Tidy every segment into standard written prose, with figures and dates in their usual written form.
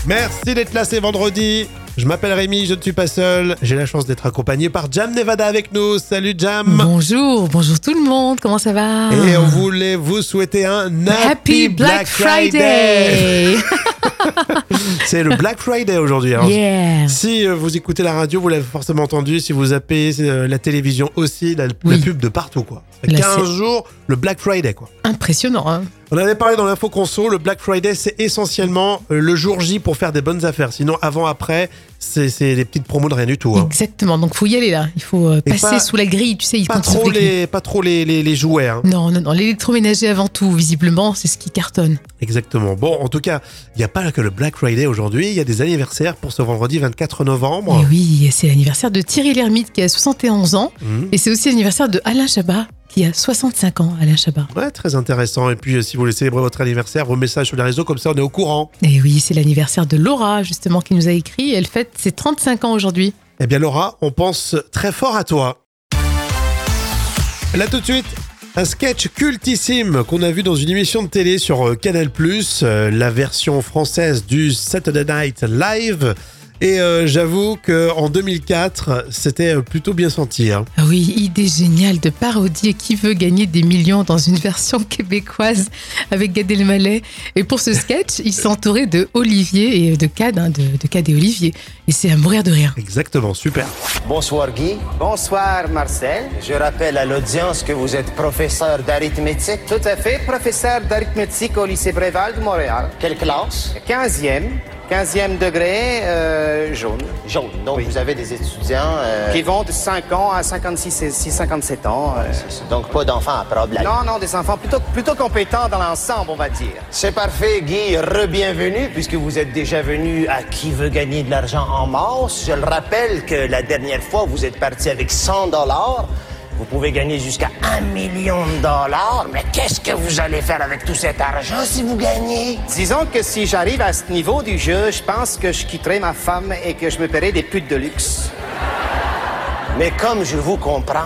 Merci d'être là, c'est vendredi. Je m'appelle Rémi, je ne suis pas seul. J'ai la chance d'être accompagné par Jam Nevada avec nous. Salut Jam. Bonjour tout le monde, comment ça va? Et on voulait vous souhaiter un Happy Black Friday. C'est le Black Friday aujourd'hui. Alors, Yeah. si vous écoutez la radio, vous l'avez forcément entendu. Si vous zappez la télévision aussi, la pub de partout, quoi. Là, 15 jours, le Black Friday, quoi. Impressionnant, hein? On avait parlé dans l'info conso, le Black Friday, c'est essentiellement le jour J pour faire des bonnes affaires. Sinon, avant, après, c'est des petites promos de rien du tout. Hein. Exactement, donc faut y aller là. Il faut passer sous la grille, tu sais. Pas trop les jouets. Hein. Non, l'électroménager avant tout, visiblement, c'est ce qui cartonne. Exactement. Bon, en tout cas, il n'y a pas que le Black Friday aujourd'hui, il y a des anniversaires pour ce vendredi 24 novembre. Et oui, c'est l'anniversaire de Thierry Lhermitte qui a 71 ans. Et c'est aussi l'anniversaire de Alain Chabat qui a 65 ans, Alain Chabat. Ouais, très intéressant. Et puis, si vous voulez célébrer votre anniversaire, vos messages sur les réseaux, comme ça, on est au courant. Et oui, c'est l'anniversaire de Laura, justement, qui nous a écrit. Elle fête ses 35 ans aujourd'hui. Eh bien, Laura, on pense très fort à toi. Là, tout de suite, un sketch cultissime qu'on a vu dans une émission de télé sur Canal+, la version française du Saturday Night Live. Et j'avoue qu'en 2004, c'était plutôt bien senti. Hein. Ah oui, idée géniale de parodier Qui veut gagner des millions dans une version québécoise avec Gad Elmaleh. Et pour ce sketch, il s'est entouré de Olivier et de Cad, de Cad et Olivier. Et c'est à mourir de rire. Exactement, super. Bonsoir Guy. Bonsoir Marcel. Je rappelle à l'audience que vous êtes professeur d'arithmétique. Tout à fait, professeur d'arithmétique au lycée Bréval de Montréal. Quelle classe? 15e degré, jaune. Jaune. Donc vous avez des étudiants... Qui vont de 5 ans à 57 ans. Donc pas d'enfants à problème. Non, des enfants plutôt compétents dans l'ensemble, on va dire. C'est parfait, Guy. Re-bienvenue, puisque vous êtes déjà venu à Qui veut gagner de l'argent en masse. Je le rappelle que la dernière fois, vous êtes parti avec 100 $. Vous pouvez gagner jusqu'à 1 million de $. Mais qu'est-ce que vous allez faire avec tout cet argent si vous gagnez? Disons que si j'arrive à ce niveau du jeu, je pense que je quitterai ma femme et que je me paierai des putes de luxe. Mais comme je vous comprends...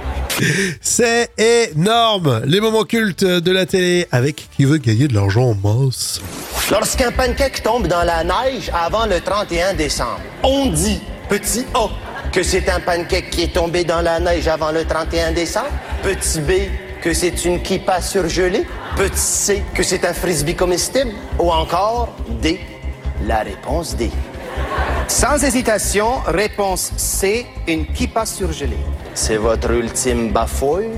C'est énorme. Les moments cultes de la télé avec Qui veut gagner de l'argent en masse. Lorsqu'un pancake tombe dans la neige avant le 31 décembre, on dit, petit A, que c'est un pancake qui est tombé dans la neige avant le 31 décembre. Petit B, que c'est une kippa surgelée. Petit C, que c'est un frisbee comestible. Ou encore D, la réponse D. Sans hésitation, réponse C, une kippa surgelée. C'est votre ultime bafouille?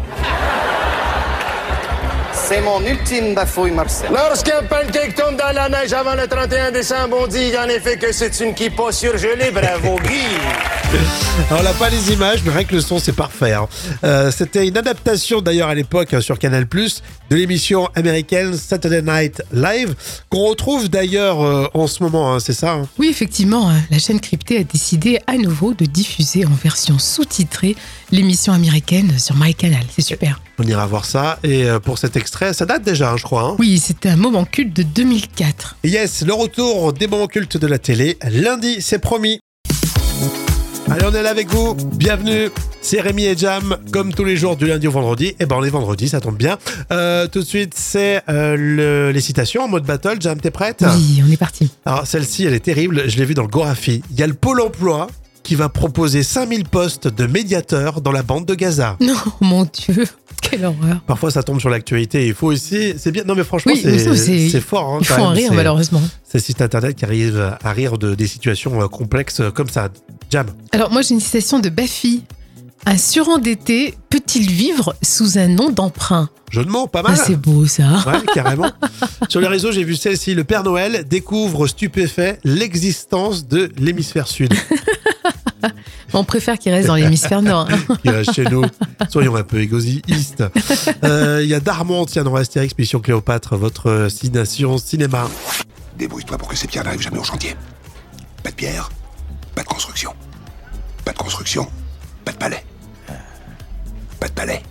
C'est mon ultime bafouille, Marcel. Lorsqu'un pancake tombe dans la neige avant le 31 décembre, on dit en effet que c'est une kippa surgelée. Bravo, Guy! Alors, on n'a pas les images, mais rien que le son, c'est parfait. Hein. C'était une adaptation, d'ailleurs, à l'époque, sur Canal+, de l'émission américaine Saturday Night Live, qu'on retrouve d'ailleurs en ce moment, hein, c'est ça hein? Oui, effectivement, la chaîne cryptée a décidé à nouveau de diffuser en version sous-titrée l'émission américaine sur MyCanal. C'est super. On ira voir ça. Et pour cet extrait, ça date déjà, hein, je crois. Hein. Oui, c'était un moment culte de 2004. Yes, le retour des moments cultes de la télé, lundi, c'est promis. Allez, on est là avec vous. Bienvenue. C'est Rémi et Jam, comme tous les jours du lundi au vendredi. Eh ben, on est vendredi, ça tombe bien. Tout de suite, c'est les citations en mode battle. Jam, t'es prête? Oui, on est parti. Alors, celle-ci, elle est terrible. Je l'ai vue dans le Gorafi. Il y a le Pôle emploi qui va proposer 5000 postes de médiateurs dans la bande de Gaza. Non, mon Dieu, quelle horreur. Parfois, ça tombe sur l'actualité. Il faut aussi... C'est bien. Non, mais franchement, Oui, c'est fort. Hein, il faut en rire, malheureusement. C'est le site internet qui arrive à rire des situations complexes comme ça. Jam. Alors, moi, j'ai une citation de Baffy. Un surendetté peut-il vivre sous un nom d'emprunt? Jeu de mots, pas mal. Ah, c'est beau, ça. Ouais, carrément. Sur les réseaux, j'ai vu celle-ci. Le Père Noël découvre stupéfait l'existence de l'hémisphère sud. On préfère qu'il reste dans l'hémisphère nord. Il reste chez nous. Soyons un peu égoïstes. Il y a Darmon, tiens, dans Astérix, Mission Cléopâtre, votre citation cinéma. Débrouille-toi pour que ces pierres n'arrivent jamais au chantier. Pas de pierre, pas de construction. Pas de construction, pas de palais. Pas de palais.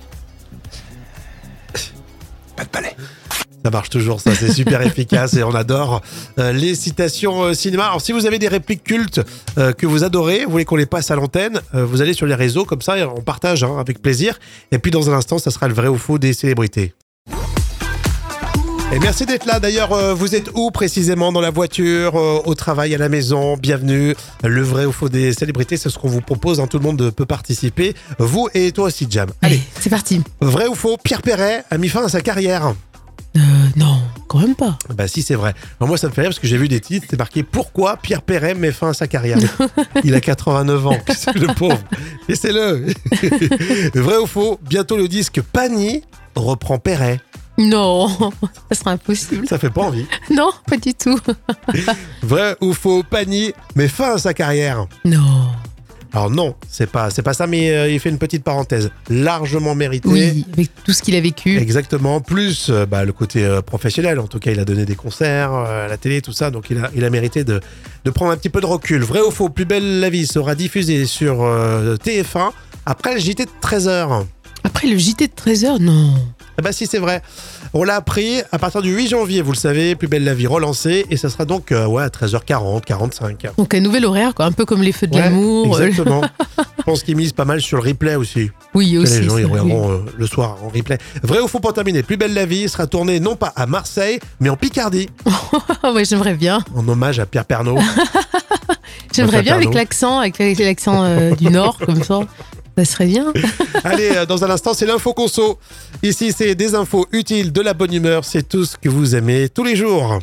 Pas de palais. Ça marche toujours, ça, c'est super efficace et on adore les citations cinéma. Alors, si vous avez des répliques cultes que vous adorez, vous voulez qu'on les passe à l'antenne, vous allez sur les réseaux, comme ça, on partage avec plaisir. Et puis, dans un instant, ça sera le vrai ou faux des célébrités. Et merci d'être là. D'ailleurs, vous êtes où précisément? Dans la voiture, au travail, à la maison? Bienvenue. Le vrai ou faux des célébrités, c'est ce qu'on vous propose. Tout le monde peut participer. Vous et toi aussi, Jam. Allez, c'est parti. Vrai ou faux, Pierre Perret a mis fin à sa carrière? Non, quand même pas. Bah si, c'est vrai. Alors, moi, ça me fait rire parce que j'ai vu des titres, c'est marqué « Pourquoi Pierre Perret met fin à sa carrière ?» Il a 89 ans, le pauvre. Laissez-le. Vrai ou faux, bientôt le disque Pani reprend Perret? Non, ça sera impossible. Ça fait pas envie. Non, pas du tout. Vrai ou faux, Pani met fin à sa carrière? Non. Alors non, c'est pas ça, mais il fait une petite parenthèse. Largement mérité. Oui, avec tout ce qu'il a vécu. Exactement, plus le côté professionnel. En tout cas, il a donné des concerts à la télé, tout ça, donc il a mérité de prendre un petit peu de recul. Vrai ou faux, Plus belle la vie sera diffusée sur TF1 après le JT de 13h. Après le JT de 13h, non. Ah bah si, c'est vrai. On l'a appris à partir du 8 janvier, vous le savez, Plus belle la vie relancée, et ça sera donc à 13h40, 45. Donc un nouvel horaire, quoi, un peu comme les Feux de l'amour. Exactement. Je pense qu'ils misent pas mal sur le replay aussi. Oui, aussi. Les gens, ils regarderont le soir en replay. Vrai ou faux pour terminer, Plus belle la vie sera tournée non pas à Marseille, mais en Picardie. Ouais, j'aimerais bien. En hommage à Pierre Pernaut. J'aimerais bien avec l'accent du Nord, comme ça. Ça serait bien. Allez, dans un instant, c'est l'info conso. Ici, c'est des infos utiles, de la bonne humeur. C'est tout ce que vous aimez tous les jours.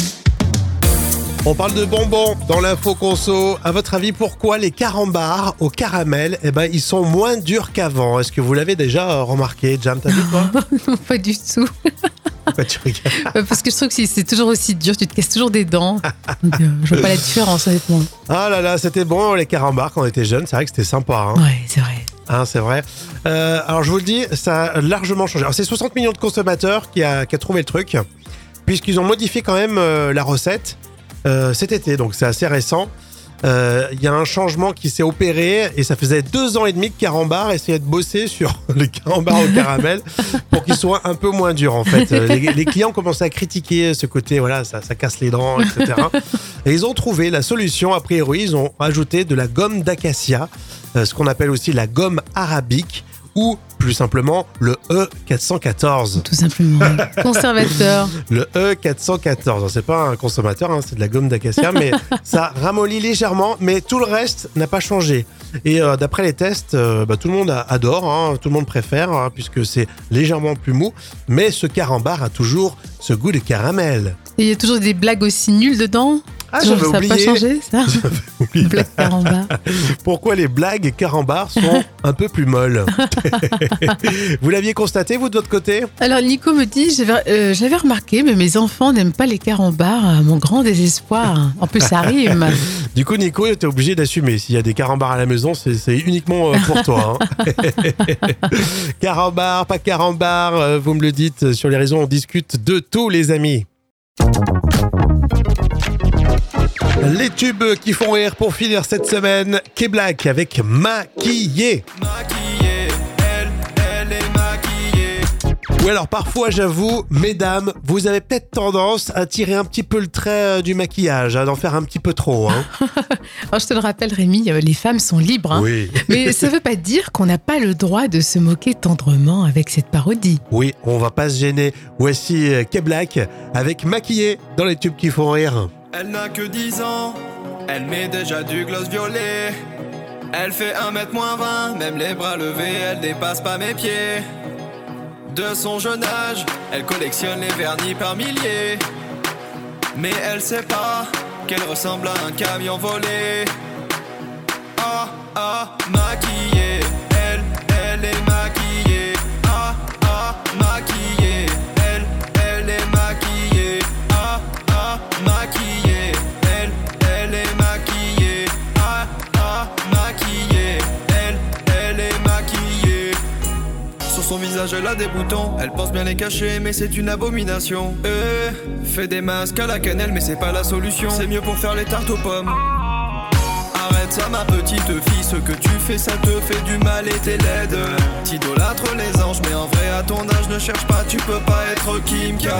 On parle de bonbons dans l'info conso. À votre avis, pourquoi les carambars au caramel, ils sont moins durs qu'avant? Est-ce que vous l'avez déjà remarqué, Jam? T'as vu toi? Non, pas du tout. Pourquoi tu regardes? Parce que je trouve que c'est toujours aussi dur, tu te casses toujours des dents. Donc, je vois pas la différence, honnêtement. Ah là là, c'était bon les carambars quand on était jeunes, c'est vrai que c'était sympa. Ouais, c'est vrai. C'est vrai. Alors je vous le dis, ça a largement changé. Alors c'est 60 millions de consommateurs qui a trouvé le truc, puisqu'ils ont modifié quand même la recette cet été, donc c'est assez récent. Il y a un changement qui s'est opéré et ça faisait 2 ans et demi que Carambar essayait de bosser sur les carambars au caramel pour qu'ils soient un peu moins durs en fait. Les clients commençaient à critiquer ce côté, voilà, ça casse les dents, etc. Et ils ont trouvé la solution. A priori, ils ont ajouté de la gomme d'acacia, ce qu'on appelle aussi la gomme arabique, ou plus simplement le E414. Tout simplement. Conservateur. Le E414. C'est pas un consommateur, c'est de la gomme d'acacia, mais ça ramollit légèrement, mais tout le reste n'a pas changé. Et d'après les tests, tout le monde adore, tout le monde préfère, puisque c'est légèrement plus mou, mais ce carambar a toujours ce goût de caramel. Et il y a toujours des blagues aussi nulles dedans? J'avais oublié. Ça n'a pas changé, ça? Blague carambar. Pourquoi les blagues carambar sont un peu plus molles? Vous l'aviez constaté, vous, de votre côté? Alors, Nico me dit, j'avais remarqué, mais mes enfants n'aiment pas les carambars, à mon grand désespoir. En plus, ça rime. Du coup, Nico, t'es obligé d'assumer. S'il y a des carambars à la maison, c'est uniquement pour toi. Carambar, pas carambar, vous me le dites sur les réseaux, on discute de tout, les amis. Les tubes qui font rire pour finir cette semaine, K-Black avec Maquillée. Elle est maquillée. Ou alors parfois, j'avoue, mesdames, vous avez peut-être tendance à tirer un petit peu le trait du maquillage, d'en faire un petit peu trop. Alors je te le rappelle, Rémi, les femmes sont libres. Oui. Mais ça ne veut pas dire qu'on n'a pas le droit de se moquer tendrement avec cette parodie. Oui, on va pas se gêner. Voici K-Black avec Maquillée dans les tubes qui font rire. Elle n'a que 10 ans, elle met déjà du gloss violet. Elle fait 1m-20, même les bras levés, elle dépasse pas mes pieds. De son jeune âge, elle collectionne les vernis par milliers. Mais elle sait pas qu'elle ressemble à un camion volé. Maquillée, elle est maquillée. Maquillée, elle est maquillée. Maquillée, elle est maquillée. Maquillée, elle est maquillée. Sur son visage elle a des boutons, elle pense bien les cacher mais c'est une abomination. Fait des masques à la cannelle mais c'est pas la solution. C'est mieux pour faire les tartes aux pommes. Arrête ça ma petite fille, ce que tu fais ça te fait du mal et t'es laide. T'idolâtres les anges mais en vrai à ton âge ne cherche pas, tu peux pas être Kim K.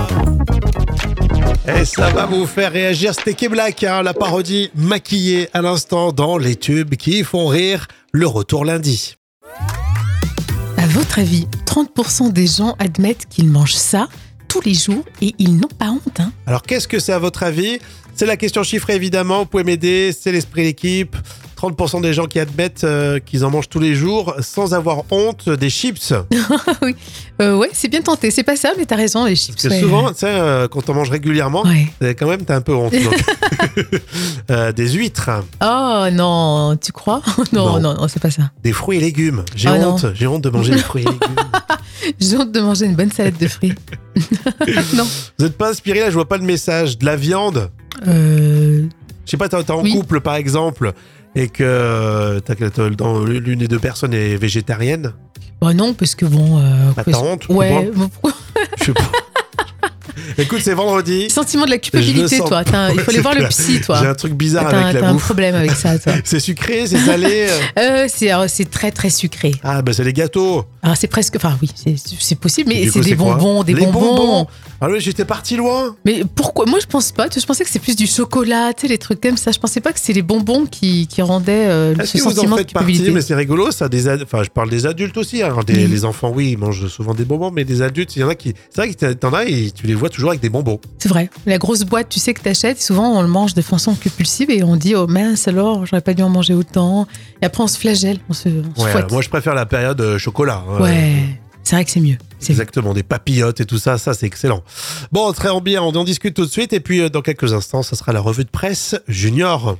Et ça va vous faire réagir, c'était K-Black, la parodie Maquillée à l'instant dans les tubes qui font rire, le retour lundi. À votre avis, 30% des gens admettent qu'ils mangent ça tous les jours et ils n'ont pas honte. Hein. Alors, qu'est-ce que c'est à votre avis? C'est la question chiffrée, évidemment. Vous pouvez m'aider. C'est l'esprit d'équipe. 30% des gens qui admettent qu'ils en mangent tous les jours sans avoir honte des chips. Oui, ouais, c'est bien tenté. C'est pas ça, mais t'as raison, les chips. Parce que souvent, tu sais, quand on mange régulièrement, quand même, t'as un peu honte. Donc. Des huîtres. Oh non, tu crois? Non, c'est pas ça. Des fruits et légumes. J'ai honte de manger des fruits et légumes. J'ai honte de manger une bonne salade de fruits. Non. Vous n'êtes pas inspiré, là, je vois pas le message. De la viande. Je sais pas, t'es en couple, par exemple, et que dans l'une des deux personnes est végétarienne. Bah non, parce que bon... t'as honte? Ouais. Je sais pas. Écoute, c'est vendredi. Sentiment de la culpabilité, toi. Il faut aller voir le psy, toi. J'ai un truc bizarre avec la bouffe. T'as un problème avec ça, toi. C'est sucré, c'est salé. C'est très, très sucré. Ah, bah c'est les gâteaux. Alors, c'est presque... Enfin, oui, c'est possible, mais c'est coup, des bonbons. Des bonbons. Ah oui, j'étais parti loin. Mais pourquoi? Moi, je pense pas. Je pensais que c'est plus du chocolat, tu sais, les trucs comme ça. Je pensais pas que c'est les bonbons qui rendaient ce sentiment de culpabilité. Est-ce que vous en faites partie? Mais c'est rigolo, ça. Enfin, je parle des adultes aussi. Hein. Les enfants, oui, ils mangent souvent des bonbons, mais des adultes, il y en a qui... C'est vrai que t'en as et tu les vois toujours avec des bonbons. C'est vrai. La grosse boîte, tu sais, que t'achètes, souvent, on le mange de façon compulsive et on dit, oh mince, alors, j'aurais pas dû en manger autant. Et après, on se flagelle, on se fouette. Moi, je préfère la période chocolat. Hein. Ouais. C'est vrai que c'est mieux. Exactement, des papillotes et tout ça, c'est excellent. Bon, très bien, on en discute tout de suite et puis dans quelques instants, ça sera la revue de presse Junior.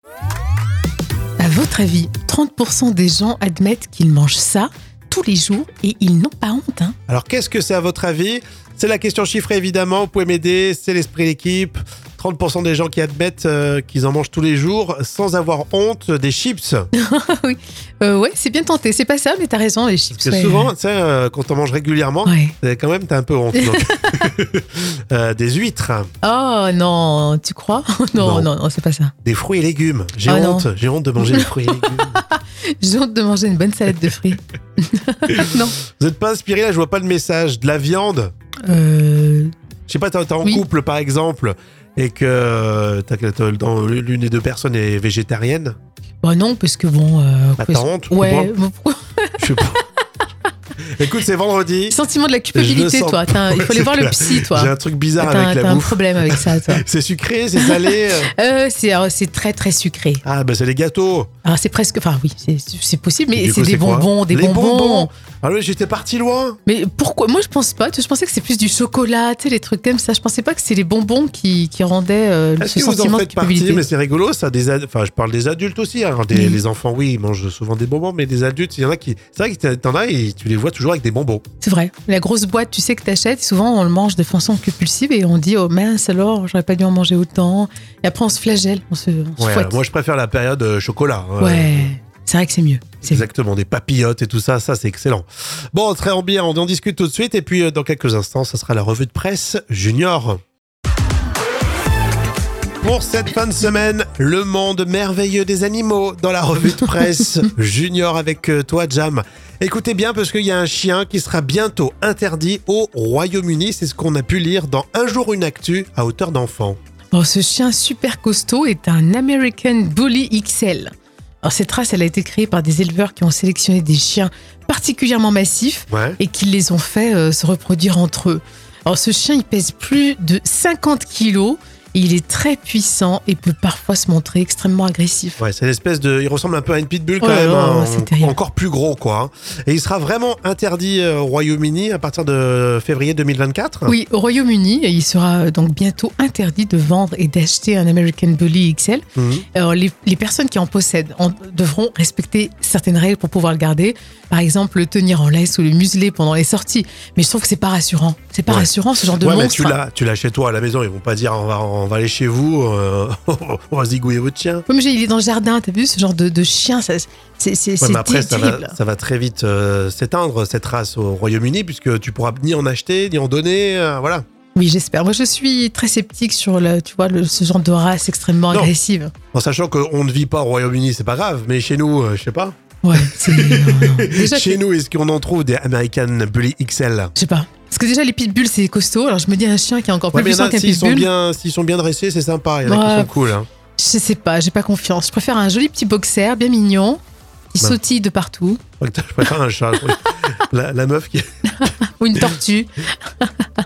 À votre avis, 30% des gens admettent qu'ils mangent ça tous les jours et ils n'ont pas honte. Hein. Alors, qu'est-ce que c'est à votre avis? C'est la question chiffrée, évidemment. Vous pouvez m'aider. C'est l'esprit d'équipe. 30% des gens qui admettent qu'ils en mangent tous les jours sans avoir honte des chips. Oui, ouais, c'est bien tenté. C'est pas ça, mais t'as raison, les chips. Parce que souvent, tu sais, quand on mange régulièrement, quand même, t'as un peu honte. Donc. Des huîtres. Oh non, tu crois? Non, c'est pas ça. Des fruits et légumes. J'ai honte de manger des fruits et légumes. J'ai honte de manger une bonne salade de fruits. Non. Vous n'êtes pas inspiré, là, je vois pas le message. De la viande. Je sais pas, t'es en couple, par exemple, et que dans l'une des deux personnes est végétarienne. Bah non, parce que bon... t'as honte? Ouais. Je sais pas. Écoute, c'est vendredi. Sentiment de la culpabilité, toi. Il faut aller voir le psy, toi. J'ai un truc bizarre avec la bouffe. T'as un problème avec ça, toi. C'est sucré, c'est salé. C'est très, très sucré. Ah, bah c'est les gâteaux. Alors, c'est presque... Enfin, oui, c'est possible, mais c'est des bonbons. Des bonbons. Ah oui, j'étais parti loin. Mais pourquoi? Moi, je pense pas. Je pensais que c'est plus du chocolat, tu sais, les trucs comme ça. Je pensais pas que c'est les bonbons qui rendaient ce sentiment de culpabilité. Est-ce que vous en faites partie? Mais c'est rigolo, ça. Enfin, je parle des adultes aussi. Hein. Les enfants, oui, ils mangent souvent des bonbons, mais des adultes, il y en a qui... C'est vrai que t'en as et tu les vois toujours avec des bonbons. C'est vrai. La grosse boîte, tu sais, que t'achètes, souvent, on le mange de façon compulsive et on dit, oh mince, alors, j'aurais pas dû en manger autant. Et après, on se flagelle, on se fouette. Moi, je préfère la période chocolat. Hein. Ouais. C'est vrai que c'est mieux. Exactement, des papillotes et tout ça, c'est excellent. Bon, très bien, on en discute tout de suite et puis dans quelques instants, ça sera la revue de presse Junior. Pour cette fin de semaine, le monde merveilleux des animaux dans la revue de presse Junior avec toi, Jam. Écoutez bien parce qu'il y a un chien qui sera bientôt interdit au Royaume-Uni. C'est ce qu'on a pu lire dans Un jour une actu à hauteur d'enfant. Bon, ce chien super costaud est un American Bully XL. Alors, cette race, elle a été créée par des éleveurs qui ont sélectionné des chiens particulièrement massifs et qui les ont fait se reproduire entre eux. Alors, ce chien, il pèse plus de 50 kilos. Il est très puissant et peut parfois se montrer extrêmement agressif. Ouais, c'est l'espèce de... Il ressemble un peu à une pitbull quand même. C'est terrible. Encore plus gros, quoi. Et il sera vraiment interdit au Royaume-Uni à partir de février 2024. Oui, au Royaume-Uni, il sera donc bientôt interdit de vendre et d'acheter un American Bully XL. Alors, les personnes qui en possèdent devront respecter certaines règles pour pouvoir le garder. Par exemple, le tenir en laisse ou le museler pendant les sorties. Mais je trouve que c'est pas rassurant. C'est pas rassurant, ce genre de monstre. Mais tu l'as chez toi à la maison. Ils vont pas dire on va aller chez vous, on va zigouiller votre chien. Oui, mais il est dans le jardin, t'as vu ce genre de chien, c'est mais après, terrible. Ça va très vite s'éteindre, cette race au Royaume-Uni, puisque tu pourras ni en acheter, ni en donner, voilà. Oui, j'espère. Moi, je suis très sceptique sur ce genre de race extrêmement agressive. En sachant qu'on ne vit pas au Royaume-Uni, c'est pas grave, mais chez nous, je sais pas. Ouais, non. Déjà, chez nous, est-ce qu'on en trouve des American Bully XL? Je sais pas. Parce que déjà, les pitbulls, c'est costaud. Alors, je me dis, un chien qui est encore plus puissant qu'un pitbull. S'ils sont bien dressés, c'est sympa. Il y en a qui sont cool. Hein. Je sais pas, j'ai pas confiance. Je préfère un joli petit boxer, bien mignon, qui sautille de partout. Je préfère un chat. la meuf qui... Ou une tortue.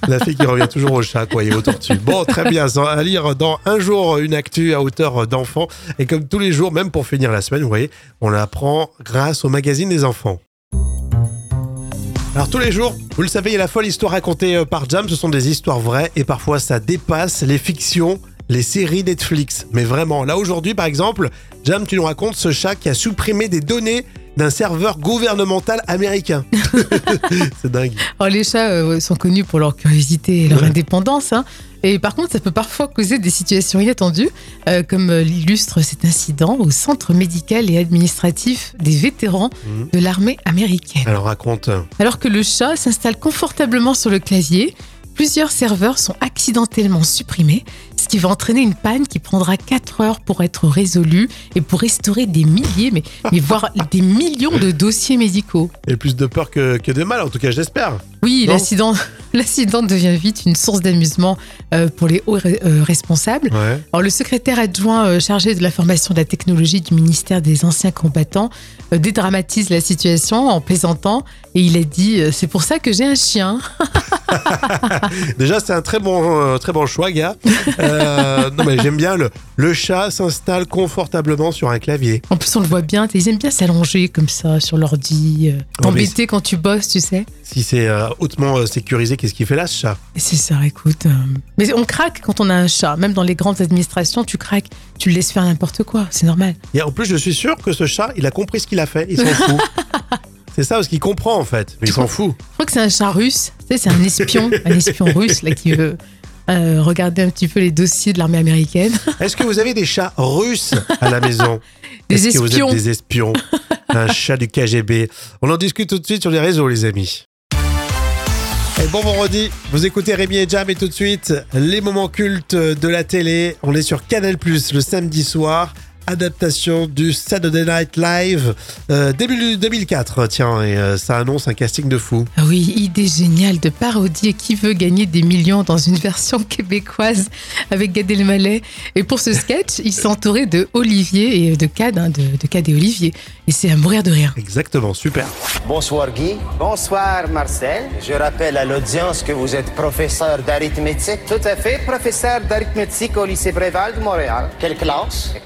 La fille qui revient toujours au chat, quoi, et aux tortues. Bon, très bien, ça, à lire dans Un jour, une actu à hauteur d'enfant. Et comme tous les jours, même pour finir la semaine, vous voyez, on l'apprend grâce au magazine des enfants. Alors tous les jours, vous le savez, il y a la folle histoire racontée par Jam. Ce sont des histoires vraies et parfois ça dépasse les fictions, les séries Netflix. Mais vraiment, là aujourd'hui par exemple, Jam, tu nous racontes ce chat qui a supprimé des données d'un serveur gouvernemental américain. C'est dingue. Alors, les chats sont connus pour leur curiosité et leur indépendance. Et par contre, ça peut parfois causer des situations inattendues, comme l'illustre cet incident au centre médical et administratif des vétérans de l'armée américaine. Alors raconte. Alors que le chat s'installe confortablement sur le clavier, plusieurs serveurs sont accidentellement supprimés, ce qui va entraîner une panne qui prendra 4 heures pour être résolue et pour restaurer des milliers, mais voire des millions de dossiers médicaux. Et plus de peur que de mal, en tout cas j'espère. Oui, Non. l'accident devient vite une source d'amusement pour les hauts responsables. Ouais. Alors, le secrétaire adjoint chargé de l'information de la technologie du ministère des Anciens Combattants dédramatise la situation en plaisantant et il a dit « C'est pour ça que j'ai un chien ». Déjà, c'est un très bon choix, gars. Non, mais j'aime bien le chat s'installe confortablement sur un clavier. En plus, on le voit bien, ils aiment bien s'allonger comme ça sur l'ordi, t'embêter quand tu bosses, tu sais. Si c'est hautement sécurisé, qu'est-ce qu'il fait là, ce chat? Et c'est ça, écoute. Mais on craque quand on a un chat. Même dans les grandes administrations, tu craques. Tu le laisses faire n'importe quoi, c'est normal. Et en plus, je suis sûr que ce chat, il a compris ce qu'il a fait. Il s'en fout. C'est ça, parce qu'il comprend, en fait. Mais il s'en fout. Je crois que c'est un chat russe. Tu sais, c'est un espion russe là, qui veut regarder un petit peu les dossiers de l'armée américaine. Est-ce que vous avez des chats russes à la maison? Des Est-ce que vous espions. êtes des espions? Un chat du KGB. On en discute tout de suite sur les réseaux, les amis. Et bon vendredi, vous écoutez Rémi et Jam et tout de suite, les moments cultes de la télé. On est sur Canal+, le samedi soir. Adaptation du Saturday Night Live début 2004, tiens, et ça annonce un casting de fou. Ah oui, idée géniale de parodier Qui veut gagner des millions dans une version québécoise avec Gad Elmaleh. Et pour ce sketch, il s'est entouré de Olivier et de Cad, de Cad et Olivier. Et c'est à mourir de rire. Exactement, super. Bonsoir Guy. Bonsoir, Marcel. Je rappelle à l'audience que vous êtes professeur d'arithmétique. Tout à fait, professeur d'arithmétique au lycée Bréval de Montréal. Quelle classe?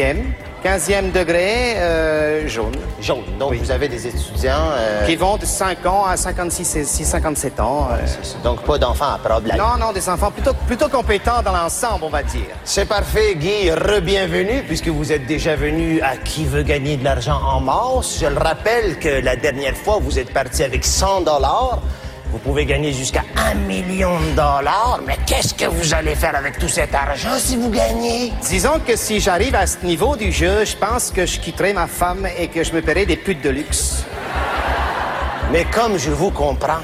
15e degré, jaune. Jaune. Donc Oui. vous avez des étudiants... Qui vont de 5 ans à 57 ans. Donc pas d'enfants à problème. Non, des enfants plutôt compétents dans l'ensemble, on va dire. C'est parfait, Guy. Re-bienvenue, puisque vous êtes déjà venu à Qui veut gagner de l'argent en masse. Je le rappelle que la dernière fois, vous êtes parti avec 100 $. Vous pouvez gagner jusqu'à 1 million de $. Mais qu'est-ce que vous allez faire avec tout cet argent si vous gagnez? Disons que si j'arrive à ce niveau du jeu, je pense que je quitterai ma femme et que je me paierai des putes de luxe. Mais comme je vous comprends...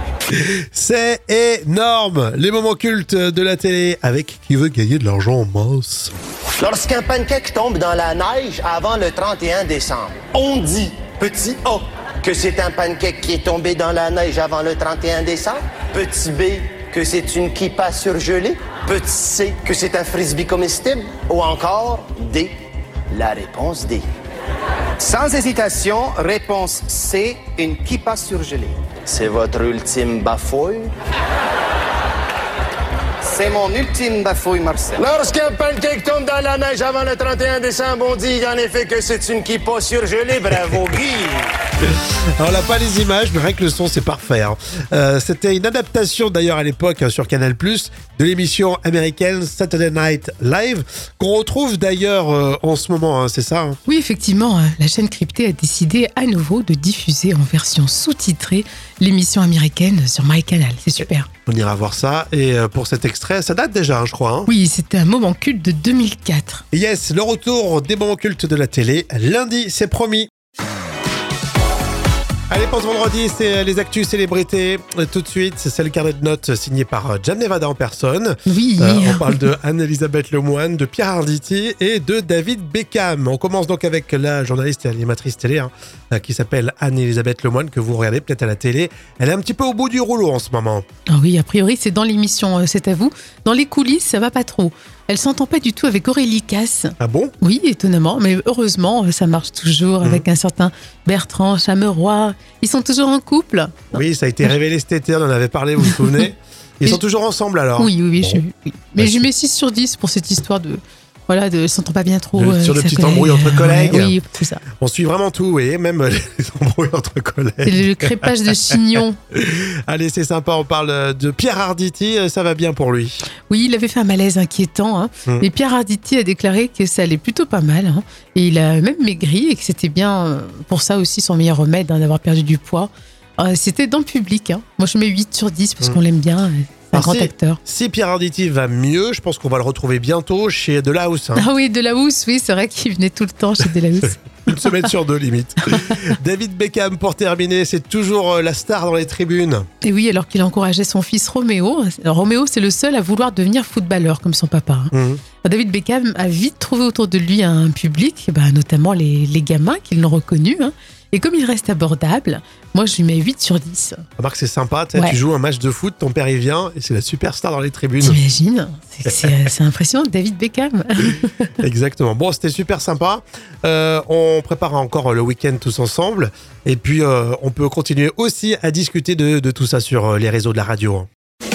C'est énorme. Les moments cultes de la télé avec Qui veut gagner de l'argent en masse. Lorsqu'un pancake tombe dans la neige avant le 31 décembre, on dit, petit A, que c'est un pancake qui est tombé dans la neige avant le 31 décembre. Petit B, que c'est une kippa surgelée. Petit C, que c'est un frisbee comestible. Ou encore D, la réponse D. Sans hésitation, réponse C, une kippa surgelée. C'est votre ultime bafouille. C'est mon ultime bafouille, Marcel. Lorsqu'un pancake tombe dans la neige avant le 31 décembre, on dit en effet que c'est une kippa surgelée. Bravo, Guy! Alors, on n'a pas les images, mais rien que le son, c'est parfait. C'était une adaptation, d'ailleurs, à l'époque, sur Canal+, de l'émission américaine Saturday Night Live, qu'on retrouve d'ailleurs en ce moment, c'est ça? Oui, effectivement, la chaîne cryptée a décidé à nouveau de diffuser en version sous-titrée l'émission américaine sur MyCanal. C'est super. On ira voir ça. Et pour cet extrait, ça date déjà, je crois. Oui, c'était un moment culte de 2004. Yes, le retour des moments cultes de la télé. Lundi, c'est promis. Allez, pour ce vendredi, c'est les actus célébrités. Tout de suite, c'est le carnet de notes signé par Jam Nevada en personne. Oui. On parle de Anne-Elisabeth Lemoine, de Pierre Arditi et de David Beckham. On commence donc avec la journaliste et animatrice télé qui s'appelle Anne-Elisabeth Lemoine, que vous regardez peut-être à la télé. Elle est un petit peu au bout du rouleau en ce moment. Ah oui, a priori, c'est dans l'émission C'est à vous. Dans les coulisses, ça va pas trop. Elle s'entend pas du tout avec Aurélie Casse. Ah bon? Oui, étonnamment, mais heureusement, ça marche toujours avec un certain Bertrand Chameroy. Ils sont toujours en couple. Oui, ça a été révélé cet été, on en avait parlé, vous vous souvenez? Ils sont toujours ensemble alors? Oui. Bon. Oui. Mais je mets 6 sur 10 pour cette histoire de s'entend pas bien trop. Sur le petit embrouille entre collègues. Oui, tout ça. On suit vraiment tout, oui, même les embrouilles entre C'est collègues. le crépage de chignon. Allez, c'est sympa, on parle de Pierre Arditi, ça va bien pour lui. Oui, il avait fait un malaise inquiétant. Et Pierre Arditi a déclaré que ça allait plutôt pas mal. Et il a même maigri et que c'était bien pour ça aussi son meilleur remède d'avoir perdu du poids. C'était dans le public. Moi, je mets 8 sur 10 parce qu'on l'aime bien. C'est un grand acteur. Si Pierre Arditi va mieux, je pense qu'on va le retrouver bientôt chez Delahousse. Ah oui, Delahousse, oui, c'est vrai qu'il venait tout le temps chez Delahousse. Une semaine sur 2 limite. David Beckham, pour terminer, c'est toujours la star dans les tribunes. Et oui, alors qu'il encourageait son fils Roméo. Alors, Roméo, c'est le seul à vouloir devenir footballeur comme son papa. David Beckham a vite trouvé autour de lui un public, notamment les gamins qui l'ont reconnu. Et comme il reste abordable, moi je lui mets 8 sur 10. Remarque, c'est sympa, tu joues un match de foot, ton père il vient et c'est la superstar dans les tribunes. T'imagines? C'est impressionnant, David Beckham. Exactement. Bon, c'était super sympa. On prépare encore le week-end tous ensemble. Et puis, on peut continuer aussi à discuter de tout ça sur les réseaux de la radio.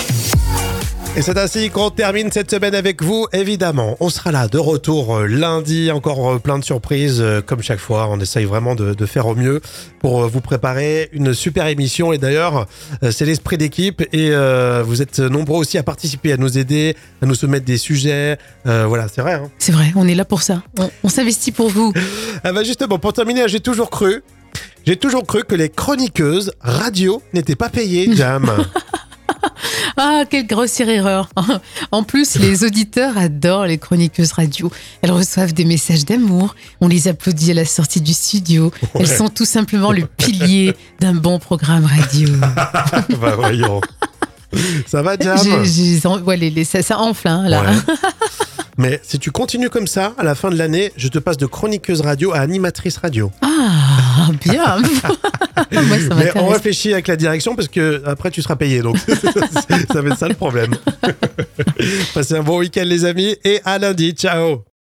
Et c'est ainsi qu'on termine cette semaine avec vous, évidemment. On sera là de retour lundi, encore plein de surprises, comme chaque fois. On essaye vraiment de faire au mieux pour vous préparer une super émission. Et d'ailleurs, c'est l'esprit d'équipe et vous êtes nombreux aussi à participer, à nous aider, à nous soumettre des sujets. Voilà, c'est vrai. C'est vrai, on est là pour ça. On s'investit pour vous. Justement, pour terminer, j'ai toujours cru que les chroniqueuses radio n'étaient pas payées, Jam. Ah, quelle grossière erreur. En plus, les auditeurs adorent les chroniqueuses radio. Elles reçoivent des messages d'amour, on les applaudit à la sortie du studio. Elles sont tout simplement le pilier d'un bon programme radio. Voyons. Ça va, Jam? Ça enfle, là. Ouais. Mais si tu continues comme ça, à la fin de l'année, je te passe de chroniqueuse radio à animatrice radio. Ah, bien. Moi, ça mais on réfléchit avec la direction parce que après tu seras payé, donc ça va être ça le problème. Passez un bon week-end les amis et à lundi, ciao.